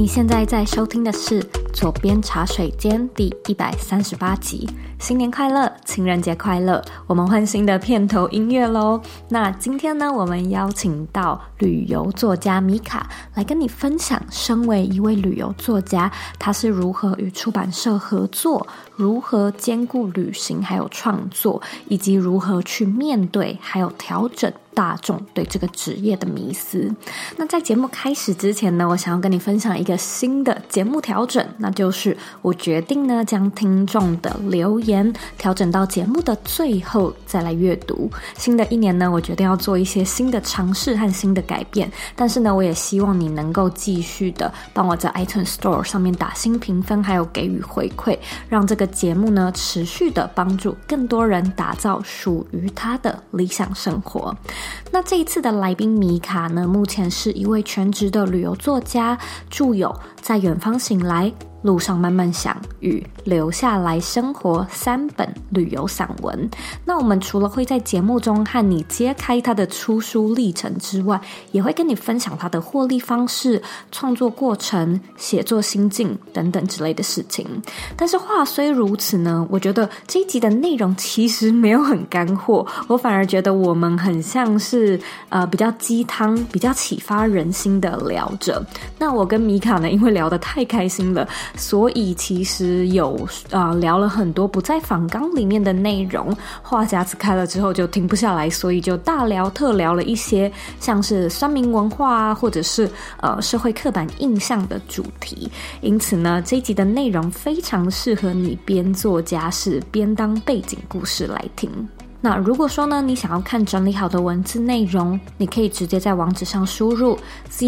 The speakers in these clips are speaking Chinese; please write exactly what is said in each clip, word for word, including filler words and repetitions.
现在在收听的是左边茶水间第一百三十八集，新年快乐，情人节快乐，我们换新的片头音乐咯。那今天呢，我们邀请到旅游作家米卡来跟你分享身为一位旅游作家，他是如何与出版社合作，如何兼顾旅行还有创作，以及如何去面对还有调整大众对这个职业的迷思。那在节目开始之前呢，我想要跟你分享一个新的节目调整，那就是我决定呢将听众的留言调整到节目的最后再来阅读。新的一年呢，我决定要做一些新的尝试和新的改变，但是呢，我也希望你能够继续的帮我在 iTunes Store 上面打新评分，还有给予回馈，让这个节目呢持续的帮助更多人打造属于他的理想生活。那这一次的来宾米卡呢，目前是一位全职的旅游作家，著有《在远方醒来》、路上慢慢想与留下来生活三本旅游散文。那我们除了会在节目中和你揭开他的出书历程之外，也会跟你分享他的获利方式、创作过程、写作心境等等之类的事情。但是话虽如此呢，我觉得这一集的内容其实没有很干货，我反而觉得我们很像是呃比较鸡汤、比较启发人心的聊着。那我跟米卡呢，因为聊得太开心了，所以其实有呃聊了很多不在访纲里面的内容，话匣子开了之后就停不下来，所以就大聊特聊了一些像是酸民文化啊，或者是呃社会刻板印象的主题。因此呢，这一集的内容非常适合你边做家事边当背景故事来听。那如果说呢，你想要看整理好的文字内容，你可以直接在网址上输入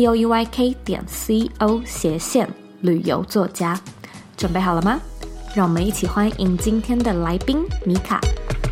zoyk 点 co 斜线旅游作家。准备好了吗？让我们一起欢迎今天的来宾米卡。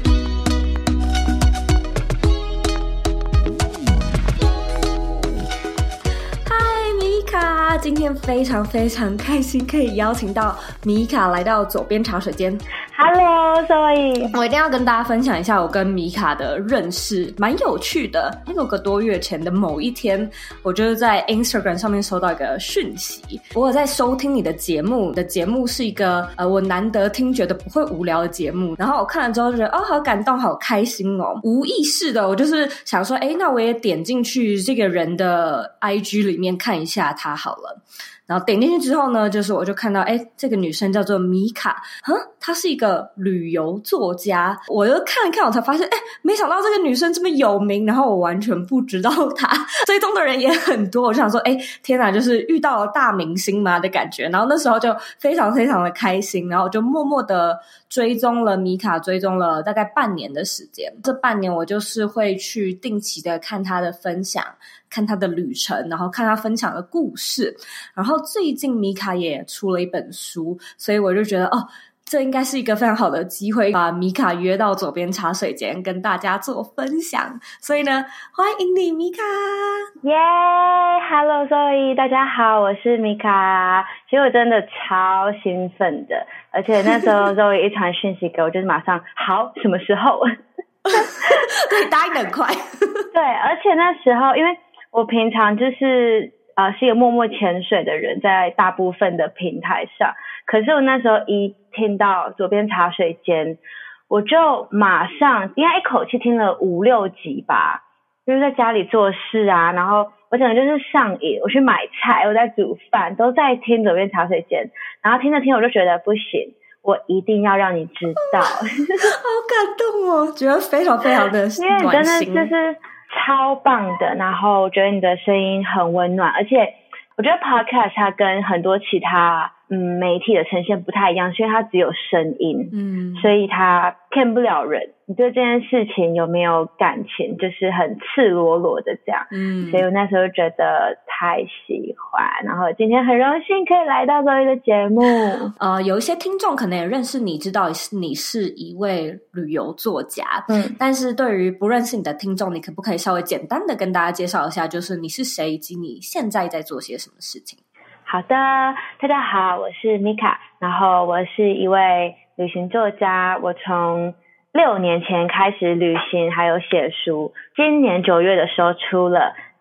嗨，米卡，今天非常非常开心可以邀请到米卡来到左边茶水间。 Hello， 所以我一定要跟大家分享一下我跟米卡的认识，蛮有趣的。六个多月前的某一天，我就是在 Instagram 上面收到一个讯息，我有在收听你的节目，的节目是一个呃我难得听觉得不会无聊的节目，然后我看了之后就觉得哦好感动好开心哦，无意识的我就是想说诶那我也点进去这个人的 I G 里面看一下他好了。然后点进去之后呢，就是我就看到诶这个女生叫做米卡，哼，她是一个旅游作家。我就看了看，我才发现诶没想到这个女生这么有名，然后我完全不知道她，追踪的人也很多。我就想说诶天哪，就是遇到了大明星嘛的感觉。然后那时候就非常非常的开心，然后我就默默的追踪了米卡，追踪了大概半年的时间。这半年我就是会去定期的看她的分享，看她的旅程，然后看她分享的故事。然后最近米卡也出了一本书，所以我就觉得哦，这应该是一个非常好的机会，把米卡约到左边茶水间跟大家做分享。所以呢，欢迎你米卡。 耶、yeah, Hello Zoe， 大家好，我是米卡。其实我真的超兴奋的，而且那时候 Zoe 一传讯息给我，就是马上好，什么时候？ 对，答应得很快。 对，而且那时候因为我平常就是呃是一个默默潜水的人，在大部分的平台上，可是我那时候一听到左边茶水间，我就马上应该一口气听了五六集吧，就是在家里做事啊，然后我整个就是上瘾，我去买菜，我在煮饭，都在听左边茶水间，然后听着听着我就觉得不行，我一定要让你知道。好感动哦，觉得非常非常的暖心， 因为你真的就是超棒的，然后我觉得你的声音很温暖，而且我觉得 podcast 它跟很多其他嗯媒体的呈现不太一样，是因为它只有声音，嗯，所以它骗不了人。你对这件事情有没有感情，就是很赤裸裸的这样，嗯，所以我那时候觉得太喜欢，然后今天很荣幸可以来到Zoe的节目。 呃，有一些听众可能也认识你，知道你是一位旅游作家，嗯，但是对于不认识你的听众，你可不可以稍微简单的跟大家介绍一下，就是你是谁以及你现在在做些什么事情？ 好的，大家好，我是米卡，然后我是一位旅行作家，我从六年前开始旅行还有写书，今年九月的时候出了第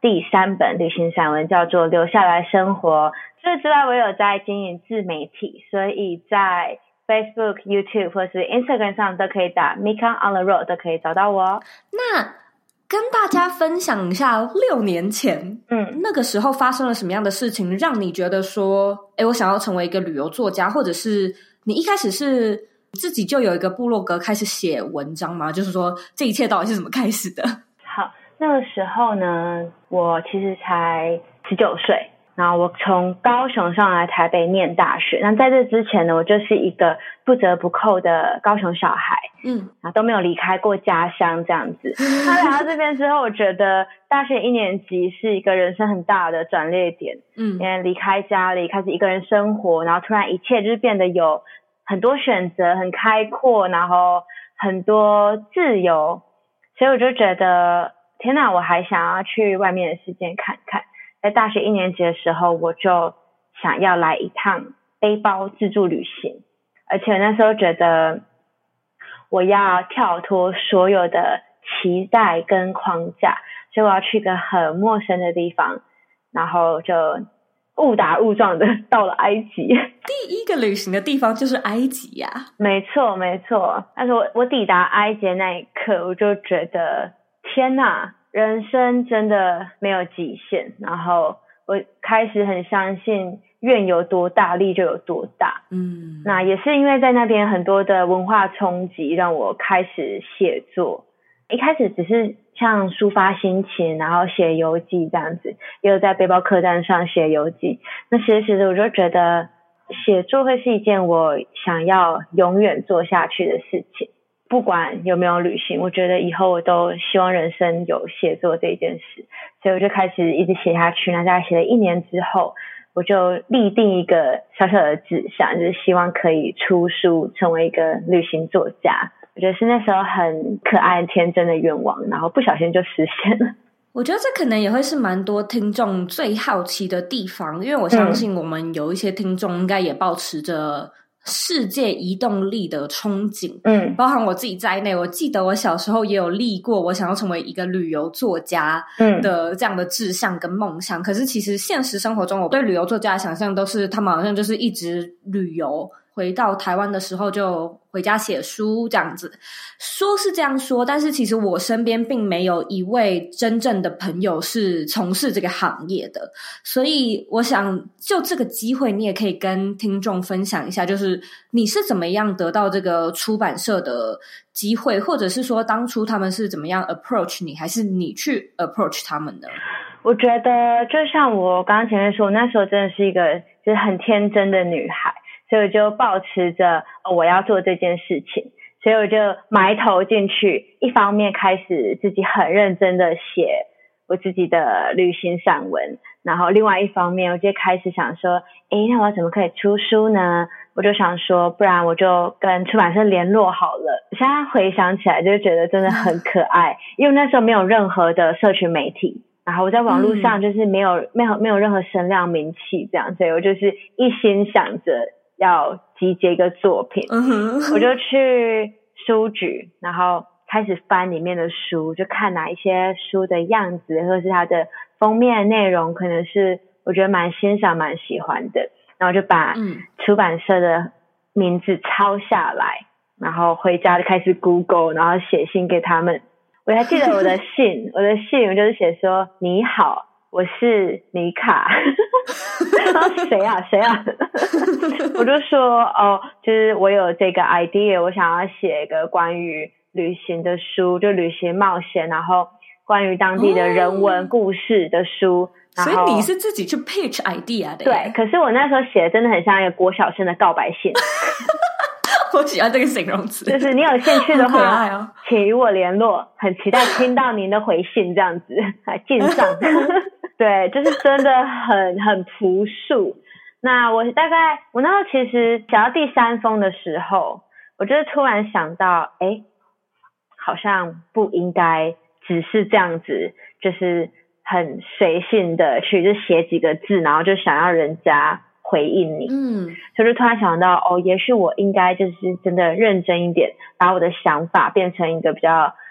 第三本旅行散文，叫做《留下来生活》。除此之外，我有在经营自媒体，所以在 Facebook、YouTube 或是 Instagram 上都可以打 Mika on the road 都可以找到我。 那跟大家分享一下六年前嗯，那个时候发生了什么样的事情让你觉得说诶我想要成为一个旅游作家，或者是你一开始是自己就有一个部落格开始写文章吗？就是说这一切到底是怎么开始的？ 好，那个时候呢我其实才十九岁，然后我从高雄上来台北念大学。那在这之前呢，我就是一个不折不扣的高雄小孩，嗯，然后都没有离开过家乡这样子。那来到这边之后，我觉得大学一年级是一个人生很大的转捩点，嗯，因为离开家里开始一个人生活，然后突然一切就是变得有很多选择，很开阔，然后很多自由，所以我就觉得天哪，我还想要去外面的世界看看。在大学一年级的时候，我就想要来一趟背包自助旅行，而且那时候觉得我要跳脱所有的期待跟框架，所以我要去一个很陌生的地方，然后就误打误撞的到了埃及。 第一个旅行的地方就是埃及呀、啊？ 没错没错。但是我我抵达埃及那一刻，我就觉得天哪，人生真的没有极限，然后我开始很相信愿有多大力就有多大。嗯，那也是因为在那边很多的文化冲击让我开始写作。一开始只是像抒发心情，然后写游记这样子，也有在背包客栈上写游记。那其实其实我就觉得写作会是一件我想要永远做下去的事情。不管有没有旅行，我觉得以后我都希望人生有写作这一件事，所以我就开始一直写下去。那大概写了一年之后，我就立定一个小小的志向，就是希望可以出书，成为一个旅行作家。我觉得是那时候很可爱天真的愿望，然后不小心就实现了。 我觉得这可能也会是蛮多听众最好奇的地方，因为我相信我们有一些听众应该也抱持着世界移动力的憧憬，嗯，包含我自己在内。我记得我小时候也有立过我想要成为一个旅游作家的这样的志向跟梦想，嗯，可是其实现实生活中我对旅游作家的想象都是他们好像就是一直旅游，回到台湾的时候就回家写书这样子。说是这样说，但是其实我身边并没有一位真正的朋友是从事这个行业的，所以我想就这个机会你也可以跟听众分享一下，就是你是怎么样得到这个出版社的机会，或者是说当初他们是怎么样 approach 你，还是你去 approach 他们呢？ 我觉得就像我刚刚前面说，我那时候真的是一个就是很天真的女孩，所以我就抱持着，哦，我要做这件事情，所以我就埋头进去，一方面开始自己很认真的写我自己的旅行散文，然后另外一方面我就开始想说，诶，那我怎么可以出书呢？我就想说不然我就跟出版社联络好了。现在回想起来就觉得真的很可爱，因为那时候没有任何的社群媒体，然后我在网络上就是没有、嗯、没有没有任何声量名气这样，所以我就是一心想着要集结一个作品，嗯，我就去书局，然后开始翻里面的书，就看哪一些书的样子或者是它的封面内容可能是我觉得蛮欣赏蛮喜欢的，然后就把出版社的名字抄下来，然后回家就开始 Google， 然后写信给他们。我还记得我的信我的信我就是写说，你好，我是米卡。然后谁啊谁啊我就说哦，就是我有这个 idea， 我想要写一个关于旅行的书，就旅行冒险，然后关于当地的人文故事的书， 哦，所以你是自己去 pitch idea 的。 对，可是我那时候写的真的很像一个国小生的告白信。 我喜欢这个形容词， 就是你有兴趣的话，哦，请与我联络，很期待听到您的回信这样子，来敬上。对，就是真的很很朴素。那我大概我那时候其实写到第三封的时候，我就是突然想到，诶，好像不应该只是这样子，就是很随性的去就写几个字，然后就想要人家回应你。嗯，所以就突然想到，哦，也许我应该就是真的认真一点，把我的想法变成一个比较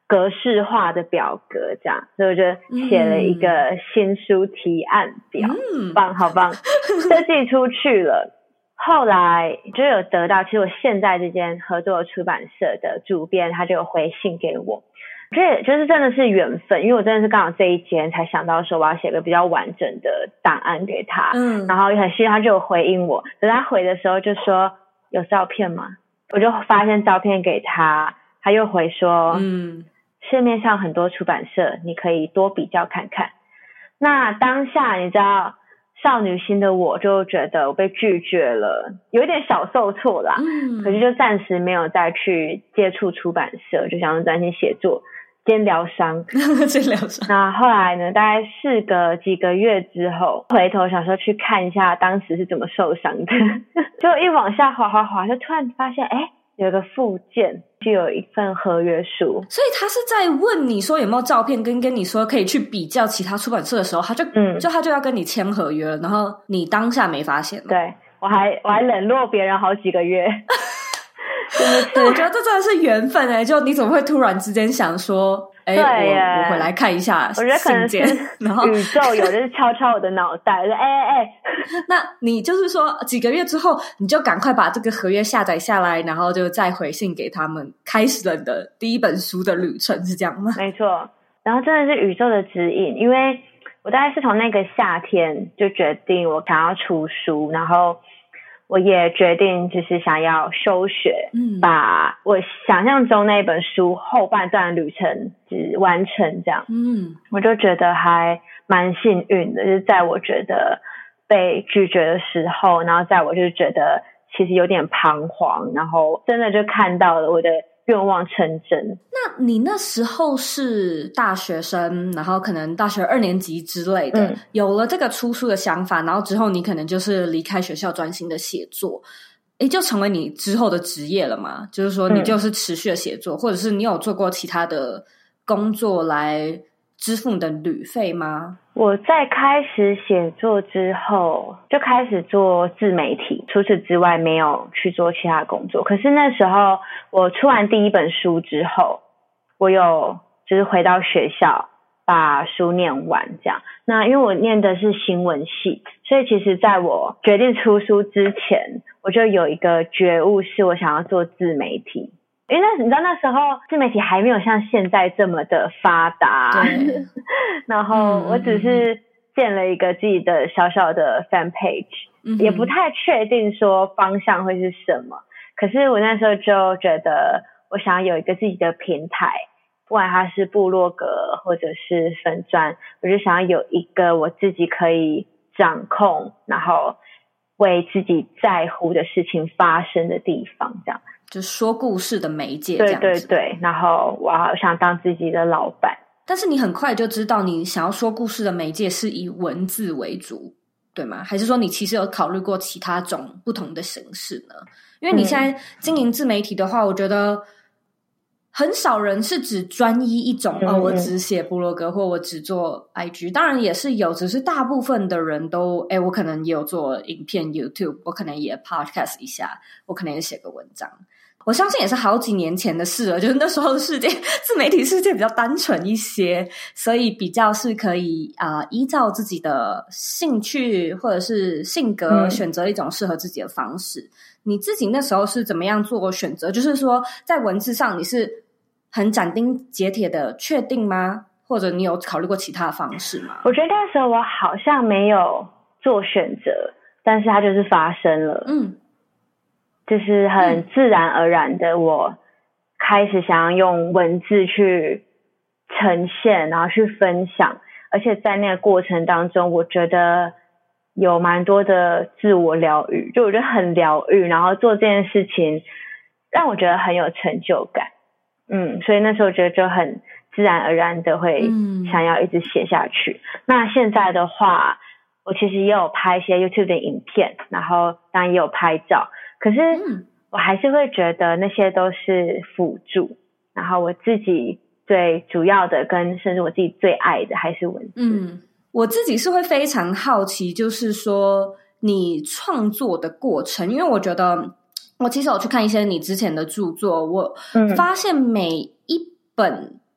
格式化的表格这样，所以我就写了一个新书提案表，嗯，棒，好棒，设计出去了。后来就有得到，其实我现在这间合作出版社的主编他就有回信给我，这就是真的是缘分，因为我真的是刚好这一间才想到说我要写个比较完整的档案给他，嗯，然后也很希望他就有回应我，可是他回的时候就说有照片吗？我就发现照片给他，他又回说，嗯，市面上很多出版社，你可以多比较看看。那当下你知道少女心的我就觉得我被拒绝了，有一点小受挫啦，嗯，可是就暂时没有再去接触出版社，就想要专心写作兼疗伤兼疗伤。 那后来呢，大概事隔几个月之后，回头想说去看一下当时是怎么受伤的就一往下滑滑滑，就突然发现哎，有一个附件就有一份合约书， 所以他是在问你说有没有照片，跟跟你说可以去比较其他出版社的时候，他就嗯，就他就要跟你签合约了，然后你当下没发现。 对，我还我还冷落别人好几个月但我觉得这真的是缘分欸，就你怎么会突然之间想说哎、欸，我我回来看一下信件， 我觉得可能是然后宇宙有就是敲敲我的脑袋，就哎哎哎， 那你就是说几个月之后，你就赶快把这个合约下载下来，然后就再回信给他们，开始了你的第一本书的旅程，是这样吗？ 没错，然后真的是宇宙的指引，因为我大概是从那个夏天就决定我想要出书，然后我也决定就是想要休学，嗯，把我想象中那本书后半段旅程只完成这样，嗯，我就觉得还蛮幸运的，就是在我觉得被拒绝的时候，然后在我就觉得其实有点彷徨，然后真的就看到了我的愿望成真。 那你那时候是大学生，然后可能大学二年级之类的，嗯，有了这个出书的想法，然后之后你可能就是离开学校专心的写作，诶，就成为你之后的职业了吗？就是说你就是持续的写作，嗯，或者是你有做过其他的工作来支付你的旅费吗？ 我在开始写作之后就开始做自媒体，除此之外没有去做其他工作。可是那时候我出完第一本书之后，我有就是回到学校把书念完这样。那因为我念的是新闻系，所以其实在我决定出书之前，我就有一个觉悟，是我想要做自媒体。因为那你知道那时候自媒体还没有像现在这么的发达，然后我只是建了一个自己的小小的 fan page，嗯，也不太确定说方向会是什么，可是我那时候就觉得我想要有一个自己的平台，不管它是部落格或者是粉专，我就想要有一个我自己可以掌控，然后为自己在乎的事情发生的地方，这样就说故事的媒介这样子。 对对对，然后我好想当自己的老板。 但是你很快就知道你想要说故事的媒介是以文字为主，对吗？还是说你其实有考虑过其他种不同的形式呢？因为你现在经营自媒体的话，嗯，我觉得很少人是只专一一种，嗯，哦，我只写部落格或我只做 I G， 当然也是有，只是大部分的人都诶我可能也有做影片 YouTube， 我可能也 Podcast 一下，我可能也写个文章。我相信也是好几年前的事了，就是那时候的世界自媒体世界比较单纯一些，所以比较是可以啊，呃，依照自己的兴趣或者是性格，嗯，选择一种适合自己的方式。你自己那时候是怎么样做选择？就是说在文字上你是很斩钉截铁的确定吗？或者你有考虑过其他的方式吗？ 我觉得那时候我好像没有做选择，但是它就是发生了。嗯，就是很自然而然的，我开始想要用文字去呈现，然后去分享，而且在那个过程当中，我觉得有蛮多的自我疗愈，就我觉得很疗愈，然后做这件事情让我觉得很有成就感。嗯，所以那时候我觉得就很自然而然的会想要一直写下去。嗯，那现在的话，我其实也有拍一些 YouTube 的影片，然后当然也有拍照，可是我还是会觉得那些都是辅助，然后我自己最主要的跟甚至我自己最爱的还是文字。 嗯，我自己是会非常好奇，就是说你创作的过程，因为我觉得我其实有去看一些你之前的著作，我发现每一本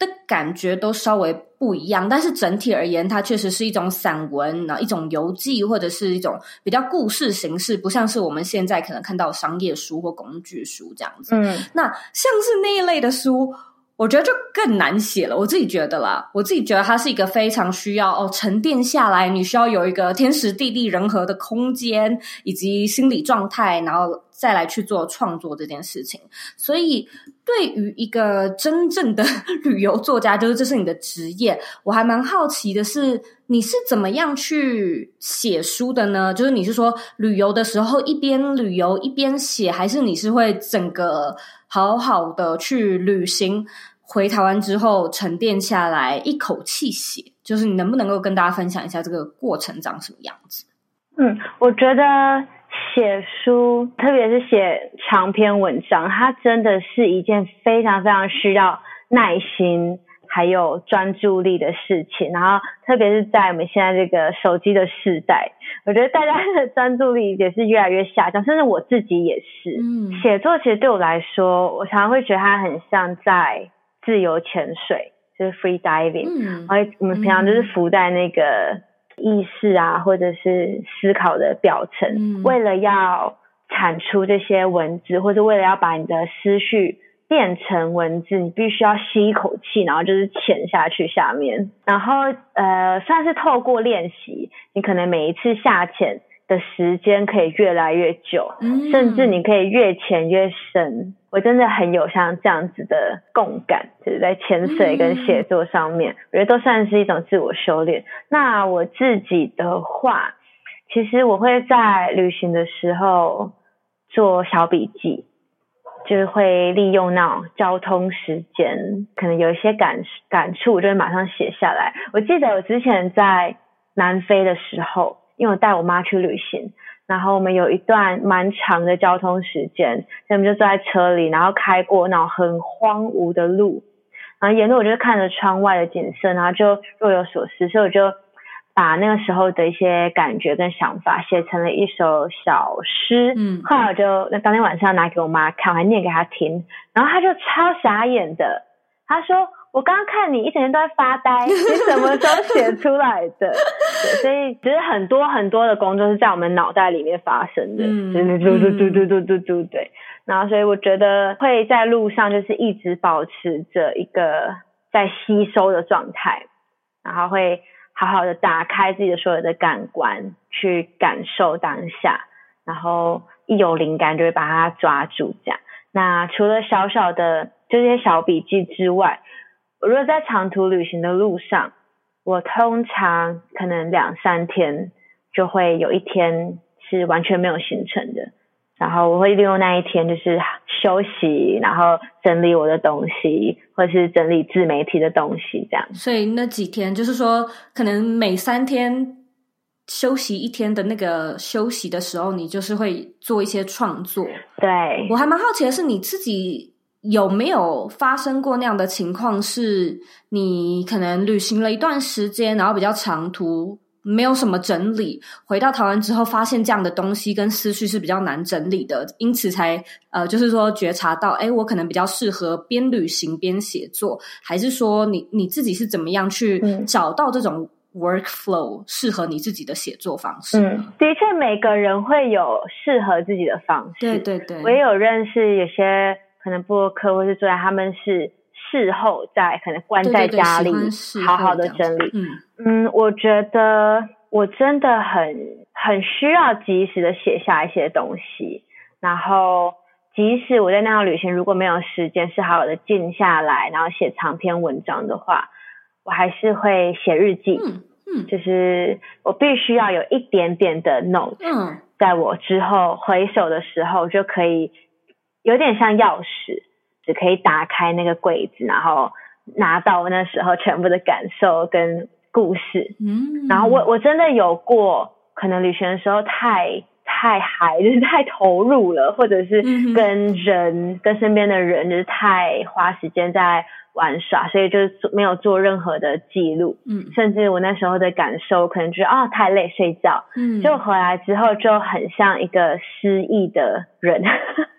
的感觉都稍微不一样，但是整体而言它确实是一种散文，然后一种游记，或者是一种比较故事形式，不像是我们现在可能看到商业书或工具书这样子。嗯，那像是那一类的书我觉得就更难写了，我自己觉得啦，我自己觉得它是一个非常需要哦沉淀下来，你需要有一个天时地利人和的空间以及心理状态，然后再来去做创作这件事情。所以对于一个真正的旅游作家，就是这是你的职业，我还蛮好奇的是你是怎么样去写书的呢？就是你是说旅游的时候一边旅游一边写，还是你是会整个好好的去旅行，回台湾之后沉淀下来一口气写？就是你能不能够跟大家分享一下这个过程长什么样子？ 嗯，我觉得写书，特别是写长篇文章，它真的是一件非常非常需要耐心还有专注力的事情。然后特别是在我们现在这个手机的时代，我觉得大家的专注力也是越来越下降，甚至我自己也是。嗯，写作其实对我来说，我常常会觉得它很像在自由潜水，就是 free diving。嗯，然后我们平常就是浮在那个意识啊，或者是思考的表层，嗯，为了要产出这些文字，或者为了要把你的思绪变成文字，你必须要吸一口气，然后就是潜下去下面。然后呃，算是透过练习，你可能每一次下潜的时间可以越来越久，嗯，甚至你可以越潜越深。我真的很有像这样子的共感，就是在潜水跟写作上面，嗯，我觉得都算是一种自我修炼。那我自己的话，其实我会在旅行的时候做小笔记，就是会利用那种交通时间，可能有一些感感触，我就会马上写下来。我记得我之前在南非的时候，因为我带我妈去旅行，然后我们有一段蛮长的交通时间，所以我们就坐在车里，然后开过那种很荒芜的路，然后沿路我就看着窗外的景色，然后就若有所思，所以我就把那个时候的一些感觉跟想法写成了一首小诗。嗯，后来我就那当天晚上拿给我妈看，我还念给她听，然后她就超傻眼的，她说我刚刚看你一整天都在发呆，你什么时候写出来的？对，所以其实很多很多的工作是在我们脑袋里面发生的，嗯，嘟嘟嘟嘟嘟嘟嘟嘟，对。然后所以我觉得会在路上就是一直保持着一个在吸收的状态，然后会好好的打开自己的所有的感官，去感受当下，然后一有灵感就会把它抓住这样。那除了小小的这些小笔记之外，我如果在长途旅行的路上，我通常可能两三天就会有一天是完全没有行程的，然后我会利用那一天就是休息，然后整理我的东西，或是整理自媒体的东西这样。 所以那几天就是说可能每三天休息一天的那个休息的时候，你就是会做一些创作。 对， 我还蛮好奇的是你自己有没有发生过那样的情况，是你可能旅行了一段时间，然后比较长途没有什么整理，回到台湾之后发现这样的东西跟思绪是比较难整理的，因此才呃，就是说觉察到诶我可能比较适合边旅行边写作，还是说你你自己是怎么样去找到这种workflow适合你自己的写作方式？嗯， 的确每个人会有适合自己的方式。 对对对， 我也有认识有些可能部落客或是作家，他们是事后在可能关在家里好好的整理。嗯嗯，我觉得我真的很很需要及时的写下一些东西，然后即使我在那趟旅行如果没有时间是好好的静下来然后写长篇文章的话，我还是会写日记。嗯嗯，就是我必须要有一点点的 note， 嗯，在我之后回首的时候就可以有点像钥匙，只可以打开那个柜子，然后拿到我那时候全部的感受跟故事。嗯，然后我我真的有过可能旅行的时候太太嗨，就是太投入了，或者是跟人、嗯、跟身边的人就是太花时间在玩耍，所以就是没有做任何的记录。嗯，甚至我那时候的感受可能觉得啊、哦、太累睡觉。嗯，就回来之后就很像一个失忆的人。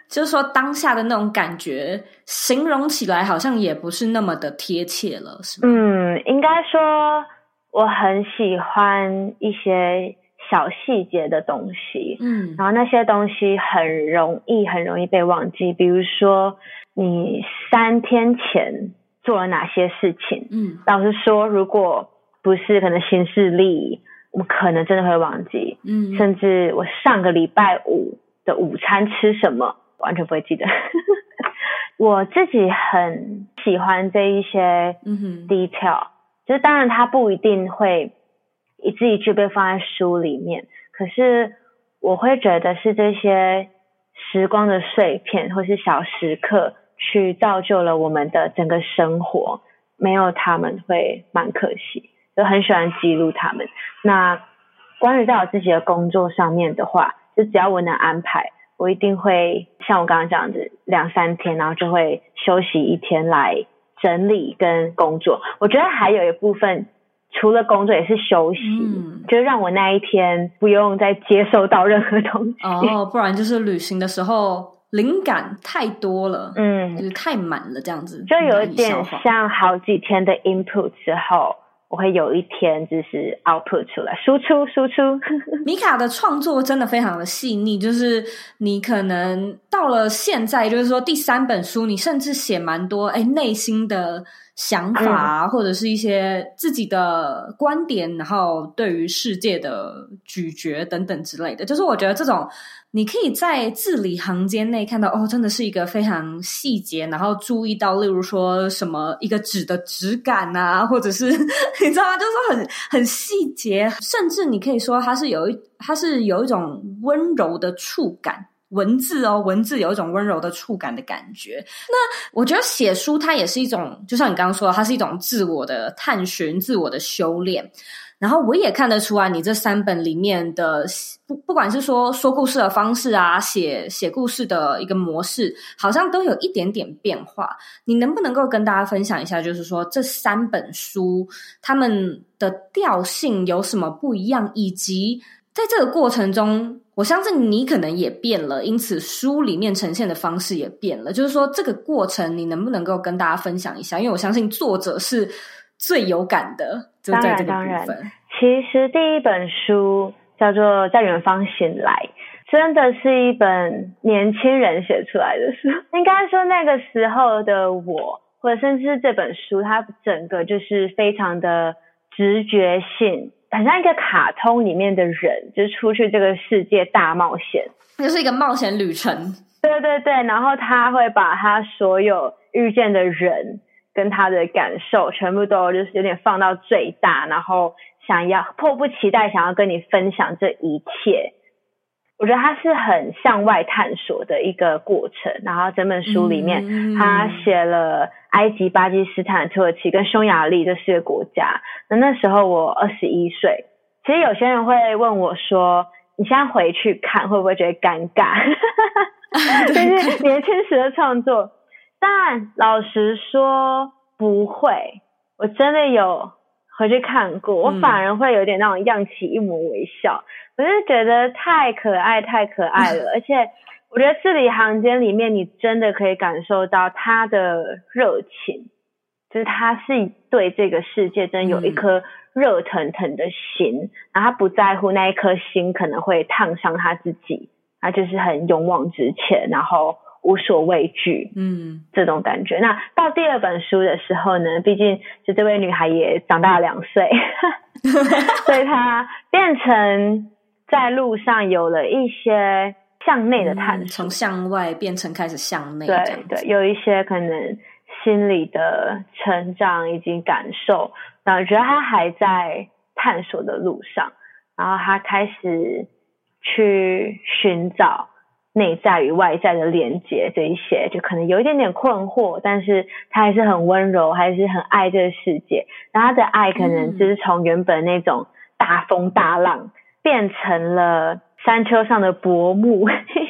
就是说当下的那种感觉形容起来好像也不是那么的贴切了，是吗？ 嗯，应该说我很喜欢一些小细节的东西，嗯，然后那些东西很容易很容易被忘记，比如说你三天前做了哪些事情，嗯，老实说如果不是可能行事历，我们可能真的会忘记，嗯，甚至我上个礼拜五的午餐吃什么完全不会记得我自己很喜欢这一些 detail，嗯，就是当然它不一定会一字一句被放在书里面，可是我会觉得是这些时光的碎片或是小时刻去造就了我们的整个生活，没有他们会蛮可惜，就很喜欢记录他们。那关于在我自己的工作上面的话，就只要我能安排，我一定会像我刚刚讲的两三天，然后就会休息一天来整理跟工作。我觉得还有一部分除了工作也是休息，嗯，就让我那一天不用再接受到任何东西。 哦，不然就是旅行的时候灵感太多了，嗯，就是太满了这样子， 就有一点像好几天的 input 之后，我会有一天就是 output 出来，输出输出。 米卡的创作真的非常的细腻，就是你可能到了现在，就是说第三本书，你甚至写蛮多哎内心的想法，嗯，或者是一些自己的观点，然后对于世界的咀嚼等等之类的。就是我觉得这种你可以在字里行间内看到，哦，真的是一个非常细节，然后注意到例如说什么一个纸的质感啊，或者是你知道吗，就是说很很细节，甚至你可以说它是有一它是有一种温柔的触感，文字哦，文字有一种温柔的触感的感觉。那我觉得写书它也是一种，就像你刚刚说的，它是一种自我的探寻，自我的修炼。然后我也看得出来，你这三本里面的不不管是说说故事的方式啊，写写故事的一个模式，好像都有一点点变化。你能不能够跟大家分享一下，就是说这三本书他们的调性有什么不一样，以及在这个过程中，我相信你可能也变了，因此书里面呈现的方式也变了。就是说这个过程你能不能够跟大家分享一下，因为我相信作者是最有感的，就在这个部分。当然当然， 其实第一本书叫做《在远方醒来》，真的是一本年轻人写出来的书。应该说那个时候的我，或者甚至这本书它整个就是非常的直觉性，很像一个卡通里面的人，就是出去这个世界大冒险， 就是一个冒险旅程。 对对对，然后他会把他所有遇见的人跟他的感受全部都就是有点放到最大，然后想要迫不及待想要跟你分享这一切。我觉得他是很向外探索的一个过程，然后整本书里面、嗯、他写了埃及、巴基斯坦、土耳其跟匈牙利这四个国家。那那时候我二十一岁，其实有些人会问我说你现在回去看会不会觉得尴尬就是年轻时的创作。但老实说不会，我真的有回去看过，我反而会有点那种漾起一抹微笑、嗯、我就觉得太可爱太可爱了而且我觉得字里行间里面你真的可以感受到他的热情，就是他是对这个世界真有一颗热腾腾的心、嗯、然后他不在乎那一颗心可能会烫伤他自己，他就是很勇往直前，然后无所畏惧，嗯，这种感觉。那到第二本书的时候呢，毕竟就这位女孩也长大了两岁所以她变成在路上有了一些向内的探索、 嗯、从向外变成开始向内， 对对，有一些可能心理的成长以及感受，然后我觉得她还在探索的路上，然后她开始去寻找内在与外在的连接，这一些就可能有一点点困惑，但是他还是很温柔，还是很爱这个世界。然后他的爱可能就是从原本那种大风大浪变成了山丘上的薄暮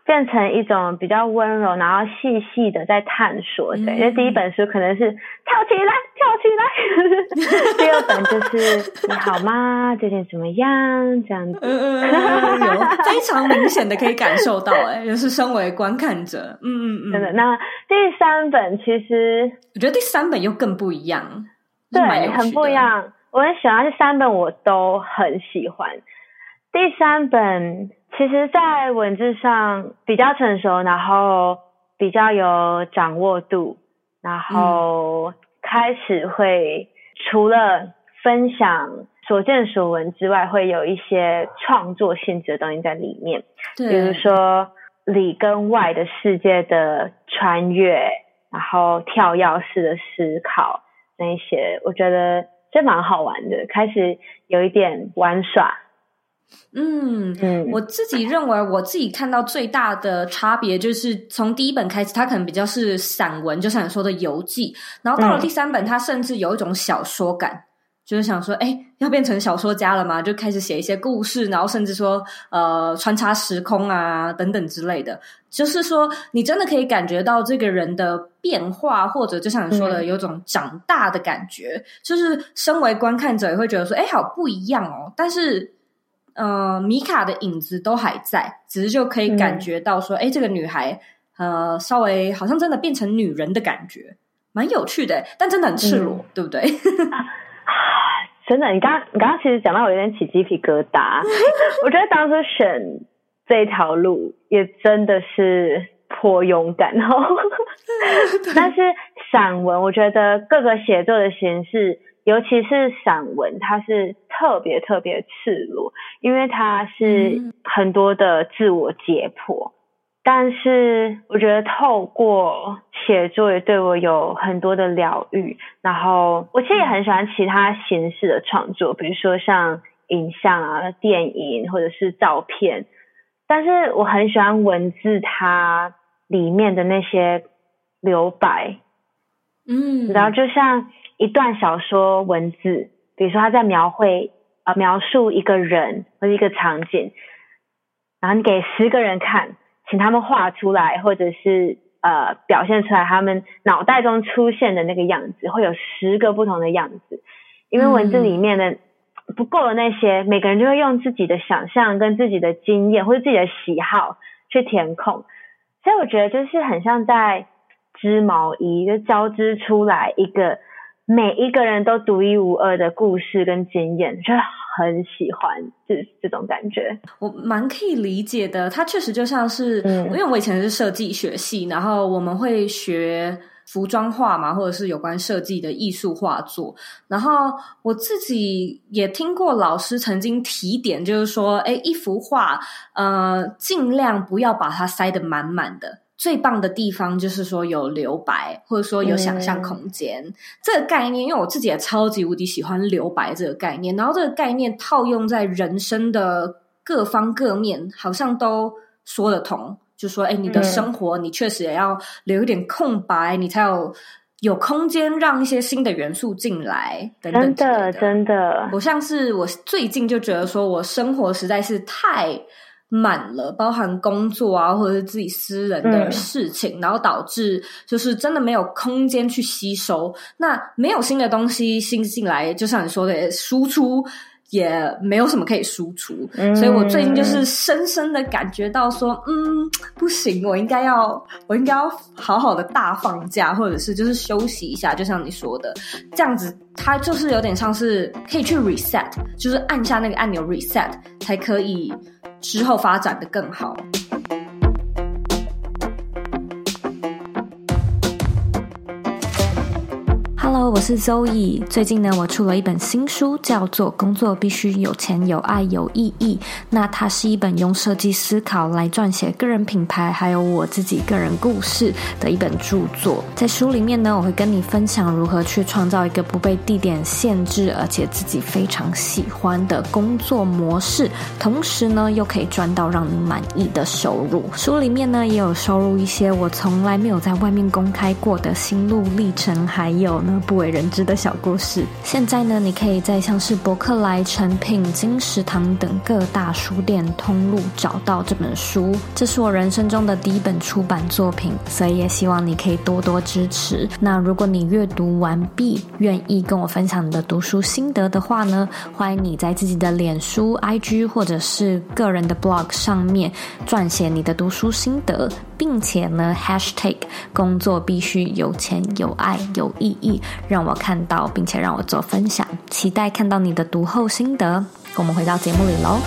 变成一种比较温柔，然后细细的在探索的。嗯、因为第一本书可能是跳起来，跳起来，第二本就是你好吗？最近怎么样？这样子， 嗯嗯，有非常明显的可以感受到、欸，哎，就是身为观看者，嗯嗯嗯， 真的。那第三本其实， 我觉得第三本又更不一样， 对，很不一样。我很喜欢这三本，我都很喜欢。第三本其实在文字上比较成熟，然后比较有掌握度，然后开始会除了分享所见所闻之外，会有一些创作性质的东西在里面，比如说里跟外的世界的穿越，然后跳跃式的思考，那一些我觉得这蛮好玩的，开始有一点玩耍。 嗯嗯，我自己认为我自己看到最大的差别就是从第一本开始它可能比较是散文，就像你说的游记，然后到了第三本它甚至有一种小说感，就是想说诶要变成小说家了吗？就开始写一些故事，然后甚至说呃穿插时空啊等等之类的，就是说你真的可以感觉到这个人的变化，或者就像你说的有种长大的感觉、嗯、就是身为观看者也会觉得说诶好不一样哦，但是呃，米卡的影子都还在，只是就可以感觉到说，哎、嗯，这个女孩呃，稍微好像真的变成女人的感觉，蛮有趣的，但真的很赤裸，嗯、对不对？ 真的，你刚你刚刚其实讲到我有点起鸡皮疙瘩。我觉得当初选这条路也真的是颇勇敢哦。但是散文，我觉得各个写作的形式，尤其是散文，它是特别特别赤裸，因为它是很多的自我解剖、嗯、但是我觉得透过写作也对我有很多的疗愈，然后我其实也很喜欢其他形式的创作，比如说像影像啊、电影或者是照片，但是我很喜欢文字它里面的那些留白，嗯，然后就像一段小说文字，比如说他在描绘呃描述一个人或者一个场景，然后你给十个人看，请他们画出来，或者是呃表现出来他们脑袋中出现的那个样子，会有十个不同的样子，因为文字里面的不够的那些，每个人就会用自己的想象跟自己的经验或者自己的喜好去填空，所以我觉得就是很像在织毛衣，就交织出来一个每一个人都独一无二的故事跟经验，就很喜欢这这种感觉。 我蛮可以理解的，它确实就像是、嗯、因为我以前是设计学系，然后我们会学服装画嘛，或者是有关设计的艺术画作，然后我自己也听过老师曾经提点，就是说诶一幅画呃尽量不要把它塞得满满的，最棒的地方就是说有留白，或者说有想象空间、嗯、这个概念，因为我自己也超级无敌喜欢留白这个概念，然后这个概念套用在人生的各方各面好像都说得通，就说诶你的生活、嗯、你确实也要留一点空白，你才有有空间让一些新的元素进来等等之类的。真的真的，我像是我最近就觉得说我生活实在是太满了，包含工作啊或者是自己私人的事情、嗯、然后导致就是真的没有空间去吸收，那没有新的东西新进来，就像你说的输出也没有什么可以输出、嗯、所以我最近就是深深的感觉到说嗯不行，我应该要我应该要好好的大放假，或者是就是休息一下，就像你说的这样子，它就是有点像是可以去 reset， 就是按下那个按钮 reset 才可以之后发展的更好。Hello， 我是 Zoe。最近呢，我出了一本新书，叫做《工作必须有钱、有爱、有意义》。那它是一本用设计思考来撰写个人品牌，还有我自己个人故事的一本著作。在书里面呢，我会跟你分享如何去创造一个不被地点限制，而且自己非常喜欢的工作模式，同时呢，又可以赚到让你满意的收入。书里面呢，也有收录一些我从来没有在外面公开过的心路历程，还有呢。 而不为人知的小故事。现在呢，你可以在像是博客来、诚品、金石堂等各大书店通路找到这本书。这是我人生中的第一本出版作品，所以也希望你可以多多支持。那如果你阅读完毕，愿意跟我分享你的读书心得的话呢，欢迎你在自己的脸书、I G 或者是个人的 blog 上面撰写你的读书心得，并且呢 hashtag 工作必须有钱有爱有意义，让我看到并且让我做分享。期待看到你的读后心得。我们回到节目里咯。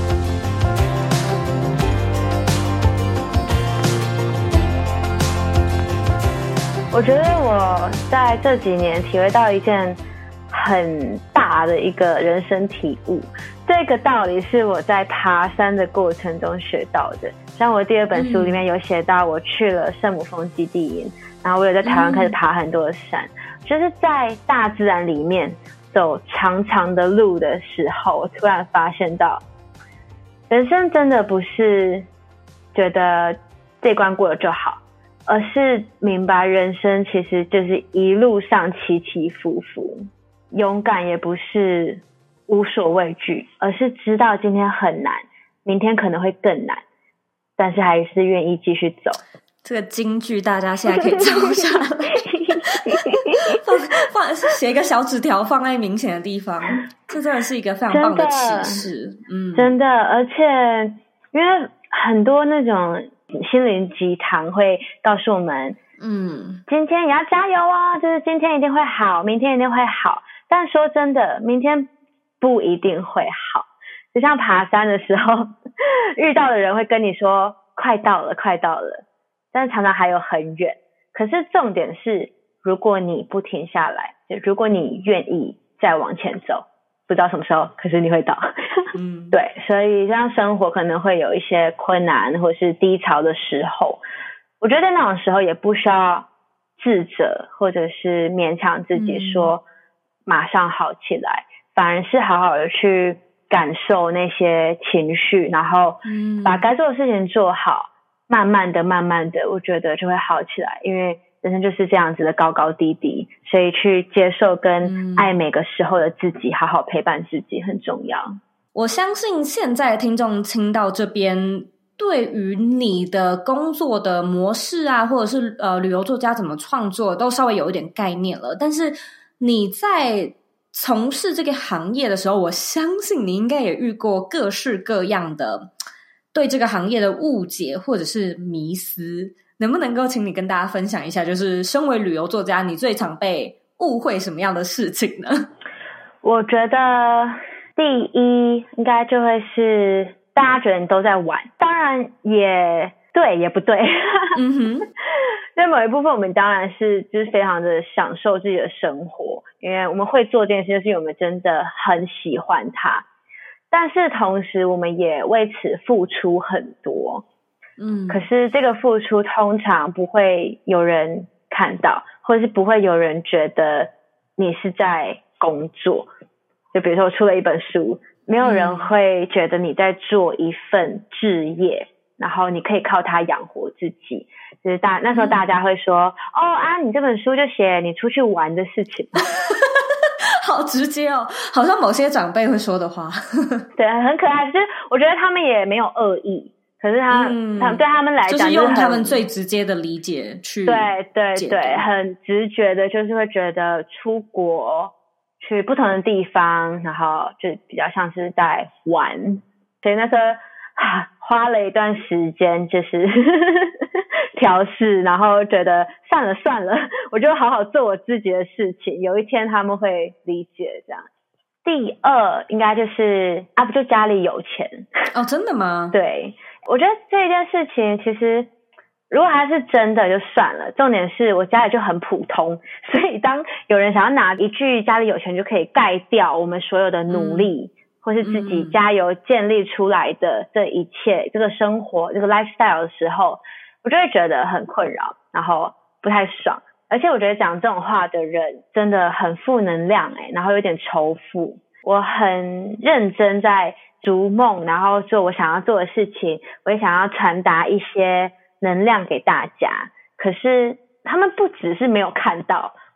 我觉得我在这几年体会到一件很大的一个人生体悟，这个道理是我在爬山的过程中学到的。像我第二本书里面有写到，我去了圣母峰基地营，然后我有在台湾开始爬很多的山，就是在大自然里面走长长的路的时候，我突然发现到，人生真的不是觉得这关过了就好，而是明白人生其实就是一路上起起伏伏。勇敢也不是无所畏惧，而是知道今天很难，明天可能会更难，但是还是愿意继续走。 这个金句大家现在可以抄下来放放写一个小纸条放在明显的地方，这真的是一个非常棒的启示。嗯， 真的，而且因为很多那种心灵鸡汤会告诉我们，嗯，今天也要加油啊，就是今天一定会好，明天一定会好。但说真的，明天不一定会好。就像爬山的时候，遇到的人会跟你说快到了，快到了，但是常常还有很远。可是重点是，如果你不停下来，如果你愿意再往前走，不知道什么时候，可是你会到。嗯，对，所以这样生活可能会有一些困难或是低潮的时候，我觉得那种时候也不需要自责或者是勉强自己说马上好起来，反而是好好的去感受那些情绪，然后把该做的事情做好，慢慢的慢慢的我觉得就会好起来。因为人生就是这样子的高高低低，所以去接受跟爱每个时候的自己，好好陪伴自己很重要。 我相信现在听众听到这边，对于你的工作的模式啊，或者是呃旅游作家怎么创作都稍微有一点概念了。但是你在从事这个行业的时候，我相信你应该也遇过各式各样的对这个行业的误解或者是迷思。能不能够请你跟大家分享一下，就是身为旅游作家，你最常被误会什么样的事情呢？ 我觉得第一应该就会是大家觉得你都在玩，当然也对也不对。嗯哼，在某一部分我们当然是就是非常的享受自己的生活，因为我们会做这件事就是因为我们真的很喜欢它，但是同时我们也为此付出很多。嗯，可是这个付出通常不会有人看到，或者是不会有人觉得你是在工作。就比如说我出了一本书，没有人会觉得你在做一份志业，然后你可以靠它养活自己。就是大那时候大家会说、嗯、哦啊，你这本书就写你出去玩的事情。 好直接哦，好像某些长辈会说的话。 对，很可爱，就是我觉得他们也没有恶意，可是他、嗯、他对他们来讲、 就是用他们最直接的理解去对对对，很直觉的，就是会觉得出国去不同的地方，然后就比较像是在玩。所以那时候、啊、花了一段时间就是调试，然后觉得算了算了，我就好好做我自己的事情，有一天他们会理解这样。第二应该就是啊，不就家里有钱哦？真的吗？ 对，我觉得这件事情其实如果它是真的就算了，重点是我家里就很普通，所以当有人想要拿一句家里有钱就可以盖掉我们所有的努力、嗯、或是自己加油建立出来的这一切、嗯、这个生活这个 lifestyle 的时候，我就会觉得很困扰，然后不太爽。而且我觉得讲这种话的人真的很负能量欸，然后有点仇富。我很认真在逐梦，然后做我想要做的事情，我也想要传达一些能量给大家，可是他们不只是没有看到，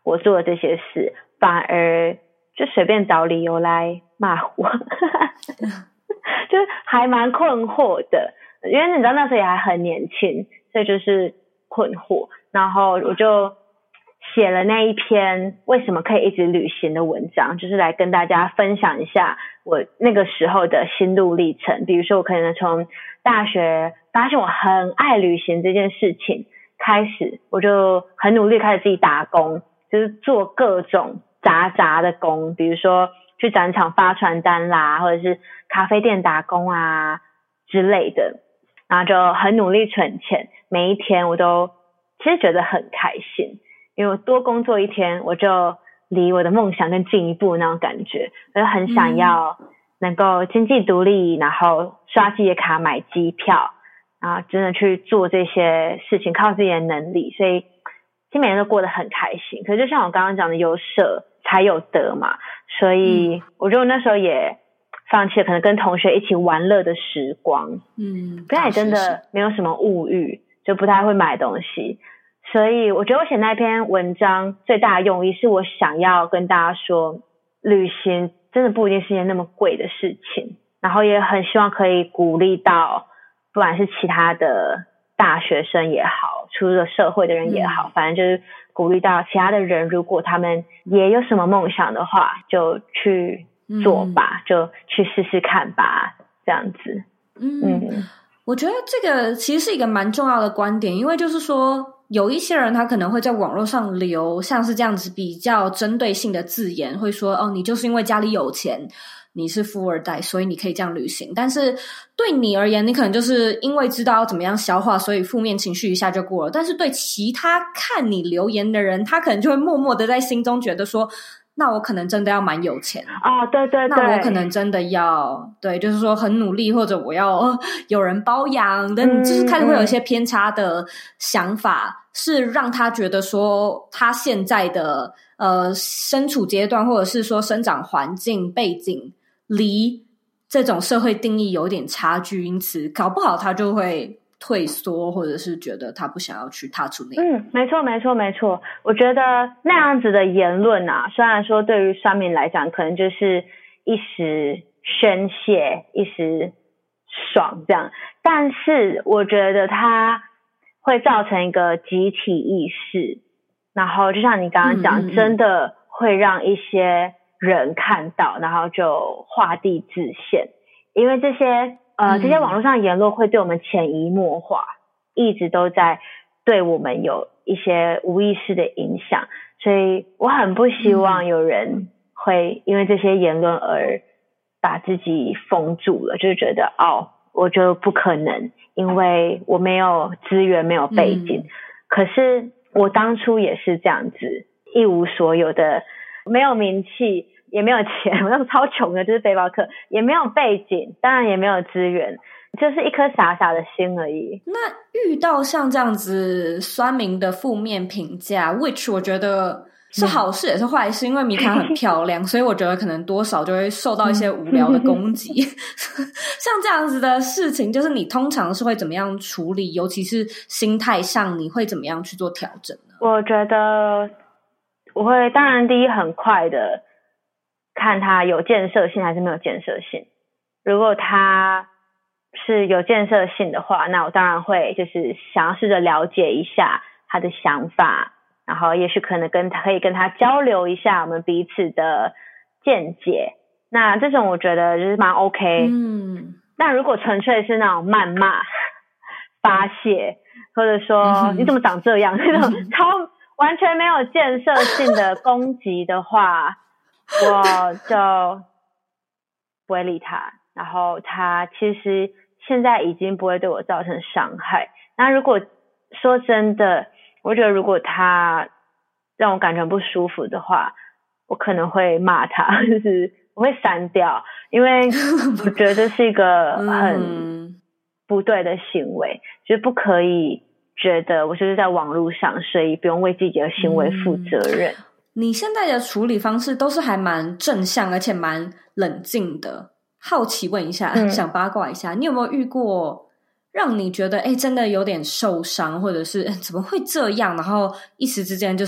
我做的这些事，反而就随便找理由来骂我就是还蛮困惑的，因为你知道那时候也还很年轻，所以就是困惑，然后我就写了那一篇为什么可以一直旅行的文章，就是来跟大家分享一下我那个时候的心路历程。比如说我可能从大学发现我很爱旅行这件事情开始，我就很努力开始自己打工，就是做各种杂杂的工，比如说去展场发传单啦，或者是咖啡店打工啊之类的，然后就很努力存钱，每一天我都其实觉得很开心，因为我多工作一天我就离我的梦想更进一步那种感觉，我就很想要能够经济独立，然后刷自己的卡买机票，然后真的去做这些事情，靠自己的能力，所以其实每天都过得很开心。可是就像我刚刚讲的，有舍才有得嘛，所以我觉得我那时候也放弃了可能跟同学一起玩乐的时光，嗯，不然也真的没有什么物欲，就不太会买东西。所以我觉得我写那篇文章最大的用意是我想要跟大家说，旅行真的不一定是一件那么贵的事情，然后也很希望可以鼓励到不管是其他的大学生也好，出了社会的人也好，嗯，反正就是鼓励到其他的人，如果他们也有什么梦想的话就去做吧，嗯，就去试试看吧，这样子。 嗯, 嗯我觉得这个其实是一个蛮重要的观点，因为就是说有一些人他可能会在网络上留像是这样子比较针对性的字眼，会说哦，你就是因为家里有钱，你是富二代，所以你可以这样旅行。但是对你而言，你可能就是因为知道要怎么样消化，所以负面情绪一下就过了。但是对其他看你留言的人，他可能就会默默的在心中觉得说，那我可能真的要蛮有钱哦，对对对， 那我可能真的要对，就是说很努力，或者我要有人包养的，嗯，就是开始会有一些偏差的想法，嗯，是让他觉得说他现在的呃身处阶段，或者是说生长环境背景离这种社会定义有点差距，因此搞不好他就会退缩，或者是觉得他不想要去踏出那。 嗯，没错没错没错，我觉得那样子的言论啊，虽然说对于酸民来讲可能就是一时宣泄一时爽这样，但是我觉得它会造成一个集体意识，然后就像你刚刚讲，嗯嗯嗯，真的会让一些人看到，然后就画地自限，因为这些呃，这些网络上的言论会对我们潜移默化，一直都在对我们有一些无意识的影响，所以我很不希望有人会因为这些言论而把自己封住了，就是觉得哦，我觉得不可能，因为我没有资源没有背景，嗯，可是我当初也是这样子一无所有的，没有名气也没有钱，我那时候超穷的，就是背包客，也没有背景，当然也没有资源，就是一颗傻傻的心而已。 那遇到像这样子酸民的负面评价 which 我觉得是好事也是坏事，因为米卡很漂亮所以我觉得可能多少就会受到一些无聊的攻击像这样子的事情，就是你通常是会怎么样处理，尤其是心态上你会怎么样去做调整呢？ 我觉得我会当然第一很快的看他有建设性还是没有建设性，如果他是有建设性的话，那我当然会就是想要试着了解一下他的想法，然后也许可能跟他可以跟他交流一下我们彼此的见解，那这种我觉得就是蛮 OK。 嗯，那如果纯粹是那种谩骂发泄，或者说、嗯、你怎么长这样那种超完全没有建设性的攻击的话我就不会理他，然后他其实现在已经不会对我造成伤害。那如果说真的，我觉得如果他让我感觉不舒服的话，我可能会骂他，就是我会删掉，因为我觉得这是一个很不对的行为，就是不可以觉得我就是在网络上，所以不用为自己的行为负责任。嗯， 你现在的处理方式都是还蛮正向而且蛮冷静的，好奇问一下、嗯、想八卦一下，你有没有遇过让你觉得诶真的有点受伤，或者是怎么会这样，然后一时之间就是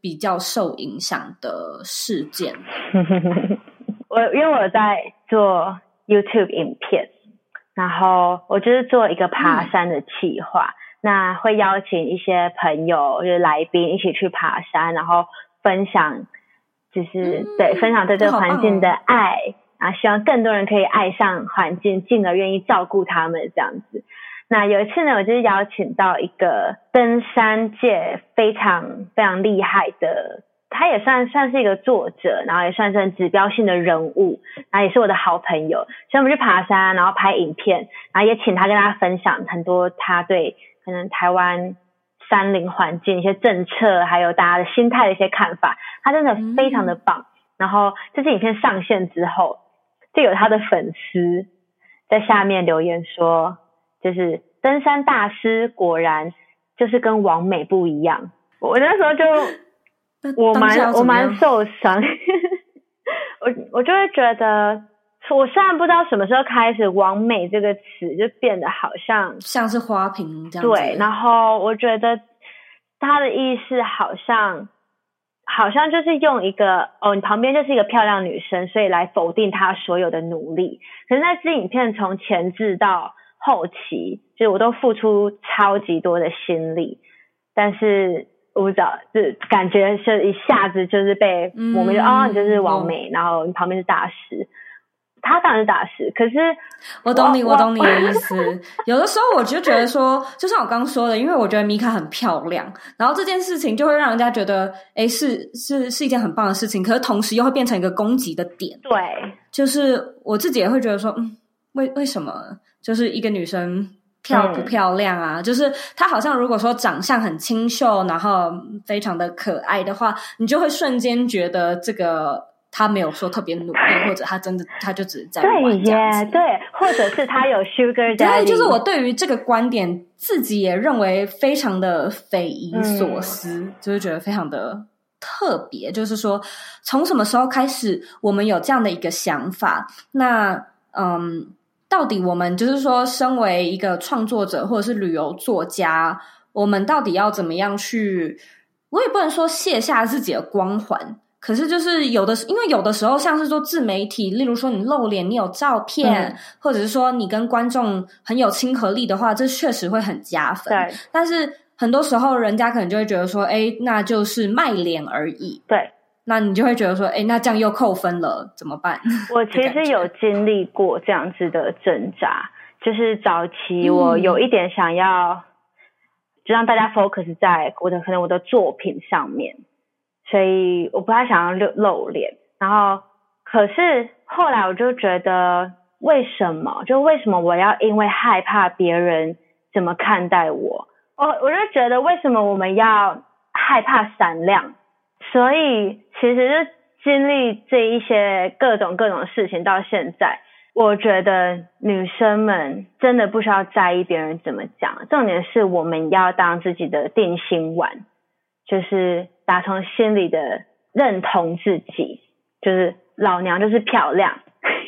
比较受影响的事件？ 我因为我在做 YouTube 影片，然后我就是做一个爬山的企划、嗯，那会邀请一些朋友就是来宾一起去爬山，然后分享就是、嗯、对分享对这个环境的爱、哦、然后希望更多人可以爱上环境，进而愿意照顾他们这样子。那有一次呢，我就是邀请到一个登山界非常非常厉害的，他也算算是一个作者，然后也算是很指标性的人物，然后也是我的好朋友，所以我们去爬山，然后拍影片，然后也请他跟大家分享很多他对可能台湾山林环境一些政策，还有大家的心态的一些看法，他真的非常的棒、嗯、然后这支影片上线之后，就有他的粉丝在下面留言说，就是登山大师果然就是跟网美不一样。我那时候就我蛮我蛮受伤我我就会觉得，我虽然不知道什么时候开始网美这个词就变得好像像是花瓶这样子， 对，然后我觉得他的意思好像好像就是用一个哦，你旁边就是一个漂亮女生，所以来否定她所有的努力。可是那支影片从前置到后期，就是我都付出超级多的心力，但是我不知道，就感觉是一下子就是被我们就、嗯、哦，你就是网美、嗯，然后你旁边是大师。他当然是大师，可是我懂你，我懂你的意思。有的时候我就觉得说，就像我刚刚说的，因为我觉得米卡很漂亮，然后这件事情就会让人家觉得，诶，是是是一件很棒的事情，可是同时又会变成一个攻击的点。 对， 就是我自己也会觉得说，嗯，为为什么就是一个女生漂不漂亮啊、嗯、就是她好像如果说长相很清秀，然后非常的可爱的话，你就会瞬间觉得这个他没有说特别努力，或者他真的他就只是在玩这样子， 对耶，对，或者是他有 sugar daddy。 对，就是我对于这个观点自己也认为非常的匪夷所思、嗯、就是觉得非常的特别，就是说从什么时候开始我们有这样的一个想法，那嗯，到底我们就是说身为一个创作者或者是旅游作家，我们到底要怎么样去，我也不能说卸下自己的光环，可是就是有的，因为有的时候像是说自媒体，例如说你露脸，你有照片、嗯、或者是说你跟观众很有亲和力的话，这确实会很加分。 对， 但是很多时候人家可能就会觉得说，诶，那就是卖脸而已。 对， 那你就会觉得说，诶，那这样又扣分了，怎么办？ 我其实有经历过这样子的挣扎，就是早期我有一点想要、嗯、就让大家 focus 在我的可能我的作品上面，所以我不太想要露露脸，然后可是后来我就觉得为什么就为什么我要因为害怕别人怎么看待我，我我就觉得为什么我们要害怕闪亮，所以其实就经历这一些各种各种事情到现在，我觉得女生们真的不需要在意别人怎么讲，重点是我们要当自己的定心丸，就是打从心里的认同自己，就是老娘就是漂亮。